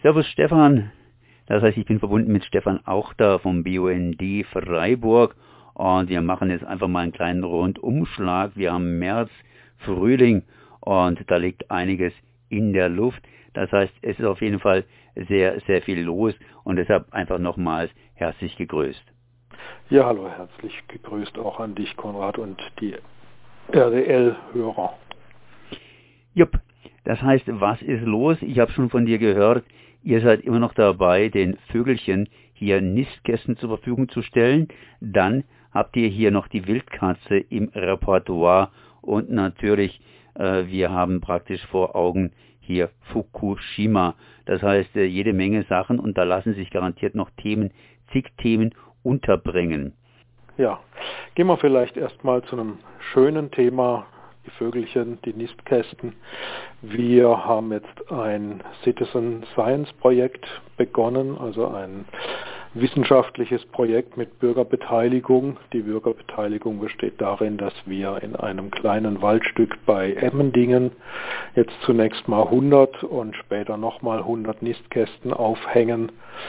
Servus Stefan, das heißt, ich bin verbunden mit Stefan Auchter vom BUND Freiburg und wir machen jetzt einfach mal einen kleinen Rundumschlag. Wir haben März, Frühling und da liegt einiges in der Luft. Das heißt, es ist auf jeden Fall sehr, sehr viel los und deshalb einfach nochmals herzlich gegrüßt. Ja, hallo, herzlich gegrüßt auch an dich, Konrad, und die RDL-Hörer. Jupp, das heißt, was ist los? Ich habe schon von dir gehört, ihr seid immer noch dabei, den Vögelchen hier Nistkästen zur Verfügung zu stellen. Dann habt ihr hier noch die Wildkatze im Repertoire und natürlich, wir haben praktisch vor Augen hier Fukushima. Das heißt, jede Menge Sachen und da lassen sich garantiert noch zig Themen unterbringen. Ja, gehen wir vielleicht erstmal zu einem schönen Thema, die Vögelchen, die Nistkästen. Wir haben jetzt ein Citizen Science Projekt begonnen, also ein wissenschaftliches Projekt mit Bürgerbeteiligung. Die Bürgerbeteiligung besteht darin, dass wir in einem kleinen Waldstück bei Emmendingen jetzt zunächst mal 100 und später nochmal 100 Nistkästen aufhängen.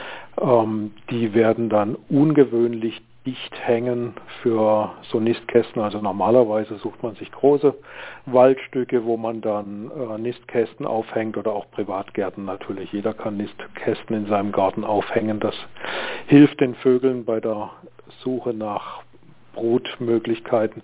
Die werden dann ungewöhnlich dicht hängen für so Nistkästen. Also normalerweise sucht man sich große Waldstücke, wo man dann Nistkästen aufhängt oder auch Privatgärten natürlich. Jeder kann Nistkästen in seinem Garten aufhängen. Das hilft den Vögeln bei der Suche nach Brutmöglichkeiten.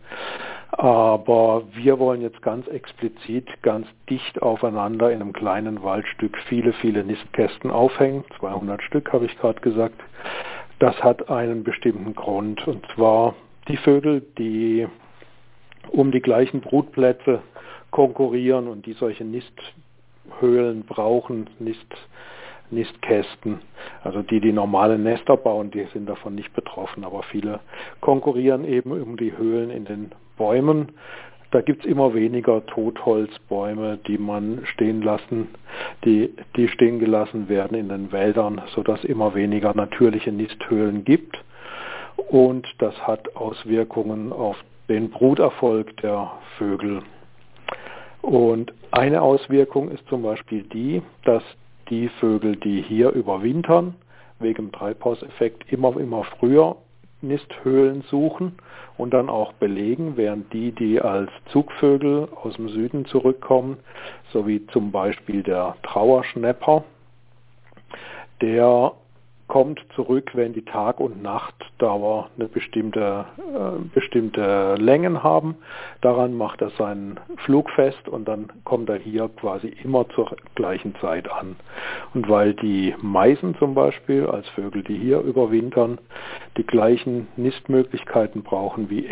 Aber wir wollen jetzt ganz explizit, ganz dicht aufeinander in einem kleinen Waldstück viele, viele Nistkästen aufhängen. 200 Stück habe ich gerade gesagt. Das hat einen bestimmten Grund, und zwar die Vögel, die um die gleichen Brutplätze konkurrieren und die solche Nisthöhlen brauchen, Nistkästen, also die normale Nester bauen, die sind davon nicht betroffen, aber viele konkurrieren eben um die Höhlen in den Bäumen. Da gibt es immer weniger Totholzbäume, die man stehen lassen, die stehen gelassen werden in den Wäldern, sodass immer weniger natürliche Nisthöhlen gibt. Und das hat Auswirkungen auf den Bruterfolg der Vögel. Und eine Auswirkung ist zum Beispiel die, dass die Vögel, die hier überwintern, wegen dem Treibhauseffekt immer früher Nisthöhlen suchen und dann auch belegen, während die als Zugvögel aus dem Süden zurückkommen, so wie zum Beispiel der Trauerschnäpper, der kommt zurück, wenn die Tag- und Nachtdauer eine bestimmte Längen haben. Daran macht er seinen Flug fest und dann kommt er hier quasi immer zur gleichen Zeit an. Und weil die Meisen zum Beispiel als Vögel, die hier überwintern, die gleichen Nistmöglichkeiten brauchen wie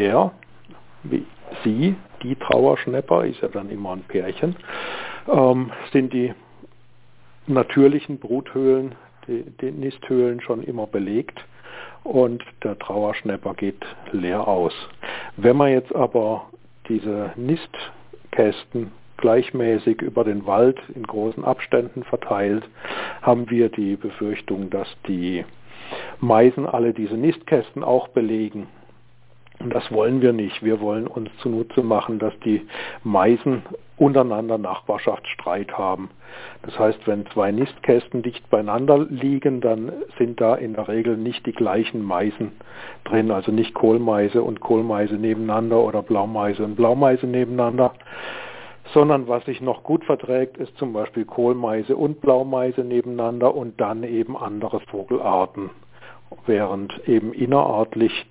sie, die Trauerschnäpper, ist ja dann immer ein Pärchen, sind die natürlichen Bruthöhlen, die Nisthöhlen schon immer belegt und der Trauerschnäpper geht leer aus. Wenn man jetzt aber diese Nistkästen gleichmäßig über den Wald in großen Abständen verteilt, haben wir die Befürchtung, dass die Meisen alle diese Nistkästen auch belegen. Und das wollen wir nicht. Wir wollen uns zunutze machen, dass die Meisen untereinander Nachbarschaftsstreit haben. Das heißt, wenn zwei Nistkästen dicht beieinander liegen, dann sind da in der Regel nicht die gleichen Meisen drin, also nicht Kohlmeise und Kohlmeise nebeneinander oder Blaumeise und Blaumeise nebeneinander, sondern was sich noch gut verträgt, ist zum Beispiel Kohlmeise und Blaumeise nebeneinander und dann eben andere Vogelarten, während eben innerartlich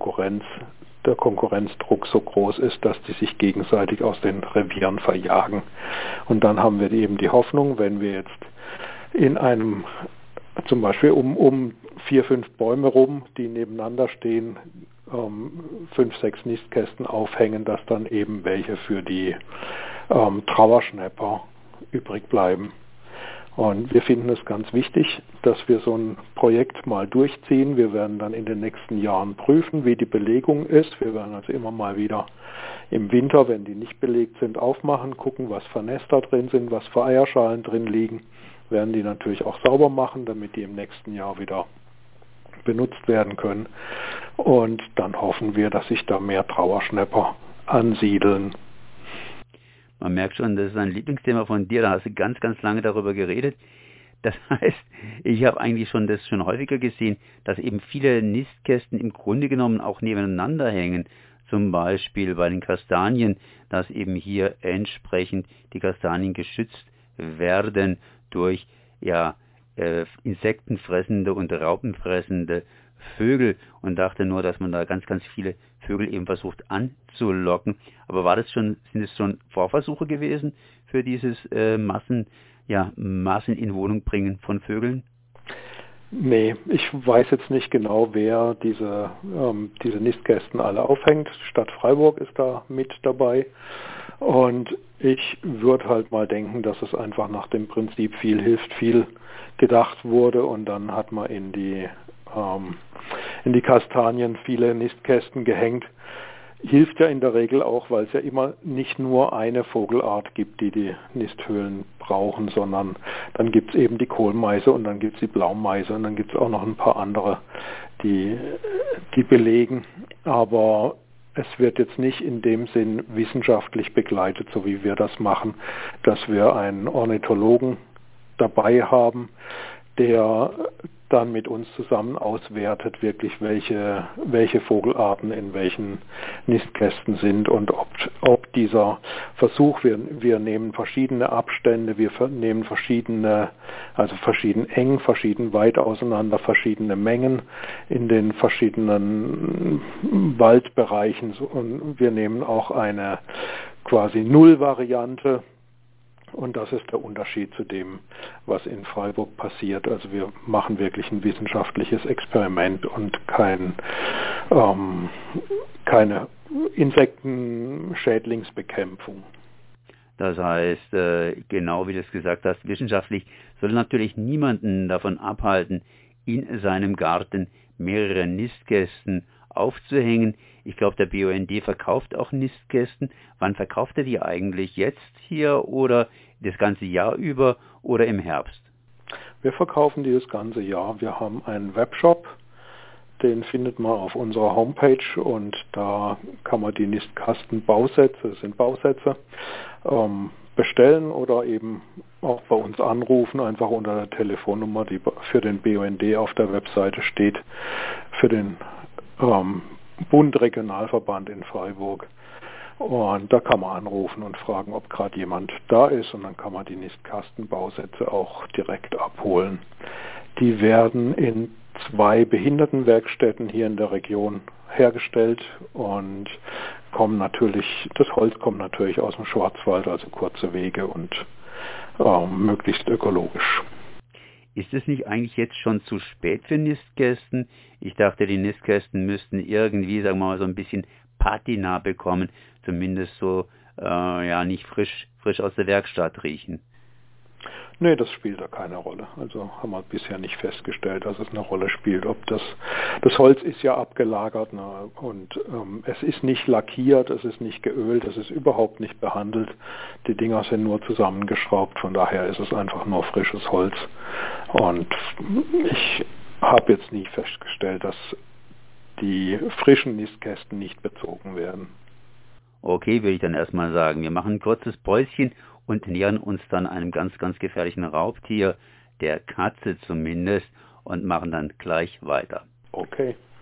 der Konkurrenzdruck so groß ist, dass die sich gegenseitig aus den Revieren verjagen. Und dann haben wir eben die Hoffnung, wenn wir jetzt in einem, zum Beispiel um 4, 5 Bäume rum, die nebeneinander stehen, 5, 6 Nistkästen aufhängen, dass dann eben welche für die Trauerschnäpper übrig bleiben. Und wir finden es ganz wichtig, dass wir so ein Projekt mal durchziehen. Wir werden dann in den nächsten Jahren prüfen, wie die Belegung ist. Wir werden also immer mal wieder im Winter, wenn die nicht belegt sind, aufmachen, gucken, was für Nester drin sind, was für Eierschalen drin liegen. Werden die natürlich auch sauber machen, damit die im nächsten Jahr wieder benutzt werden können. Und dann hoffen wir, dass sich da mehr Trauerschnäpper ansiedeln. Man merkt schon, das ist ein Lieblingsthema von dir, da hast du ganz, ganz lange darüber geredet. Das heißt, ich habe eigentlich das schon häufiger gesehen, dass eben viele Nistkästen im Grunde genommen auch nebeneinander hängen. Zum Beispiel bei den Kastanien, dass eben hier entsprechend die Kastanien geschützt werden durch insektenfressende und raupenfressende Vögel, und dachte nur, dass man da ganz, ganz viele Vögel eben versucht anzulocken. Aber sind es schon Vorversuche gewesen für dieses Massen in Wohnung bringen von Vögeln? Nee, ich weiß jetzt nicht genau, wer diese Nistkästen alle aufhängt. Stadt Freiburg ist da mit dabei. Und ich würde halt mal denken, dass es einfach nach dem Prinzip viel hilft, viel gedacht wurde, und dann hat man in die Kastanien viele Nistkästen gehängt. Hilft ja in der Regel auch, weil es ja immer nicht nur eine Vogelart gibt, die Nisthöhlen brauchen, sondern dann gibt es eben die Kohlmeise und dann gibt es die Blaumeise und dann gibt es auch noch ein paar andere, die belegen. Aber es wird jetzt nicht in dem Sinn wissenschaftlich begleitet, so wie wir das machen, dass wir einen Ornithologen dabei haben, der dann mit uns zusammen auswertet, wirklich welche Vogelarten in welchen Nistkästen sind und ob dieser Versuch, wir nehmen verschiedene Abstände, wir nehmen verschieden eng, verschieden weit auseinander, verschiedene Mengen in den verschiedenen Waldbereichen, und wir nehmen auch eine quasi Null-Variante. Und das ist der Unterschied zu dem, was in Freiburg passiert. Also wir machen wirklich ein wissenschaftliches Experiment und keine Insektenschädlingsbekämpfung. Das heißt, genau wie du es gesagt hast, wissenschaftlich soll natürlich niemanden davon abhalten, in seinem Garten mehrere Nistkästen aufzuhängen. Ich glaube, der BUND verkauft auch Nistkästen. Wann verkauft er die eigentlich? Jetzt hier oder das ganze Jahr über oder im Herbst? Wir verkaufen die das ganze Jahr. Wir haben einen Webshop, den findet man auf unserer Homepage, und da kann man die Nistkastenbausätze, das sind Bausätze, bestellen oder eben auch bei uns anrufen, einfach unter der Telefonnummer, die für den BUND auf der Webseite steht, für den Bund Regionalverband in Freiburg. Und da kann man anrufen und fragen, ob gerade jemand da ist, und dann kann man die Nistkastenbausätze auch direkt abholen. Die werden in 2 Behindertenwerkstätten hier in der Region hergestellt und das Holz kommt natürlich aus dem Schwarzwald, also kurze Wege und möglichst ökologisch. Ist es nicht eigentlich jetzt schon zu spät für Nistkästen? Ich dachte, die Nistkästen müssten irgendwie, sagen wir mal, so ein bisschen Patina bekommen, zumindest so, nicht frisch aus der Werkstatt riechen. Nee, das spielt da keine Rolle. Also haben wir bisher nicht festgestellt, dass es eine Rolle spielt. Das Holz ist ja abgelagert, ne, und es ist nicht lackiert, es ist nicht geölt, es ist überhaupt nicht behandelt. Die Dinger sind nur zusammengeschraubt, von daher ist es einfach nur frisches Holz. Und ich habe jetzt nie festgestellt, dass die frischen Nistkästen nicht bezogen werden. Okay, würde ich dann erstmal sagen. Wir machen ein kurzes Päuschen und nähern uns dann einem ganz, ganz gefährlichen Raubtier, der Katze zumindest, und machen dann gleich weiter. Okay.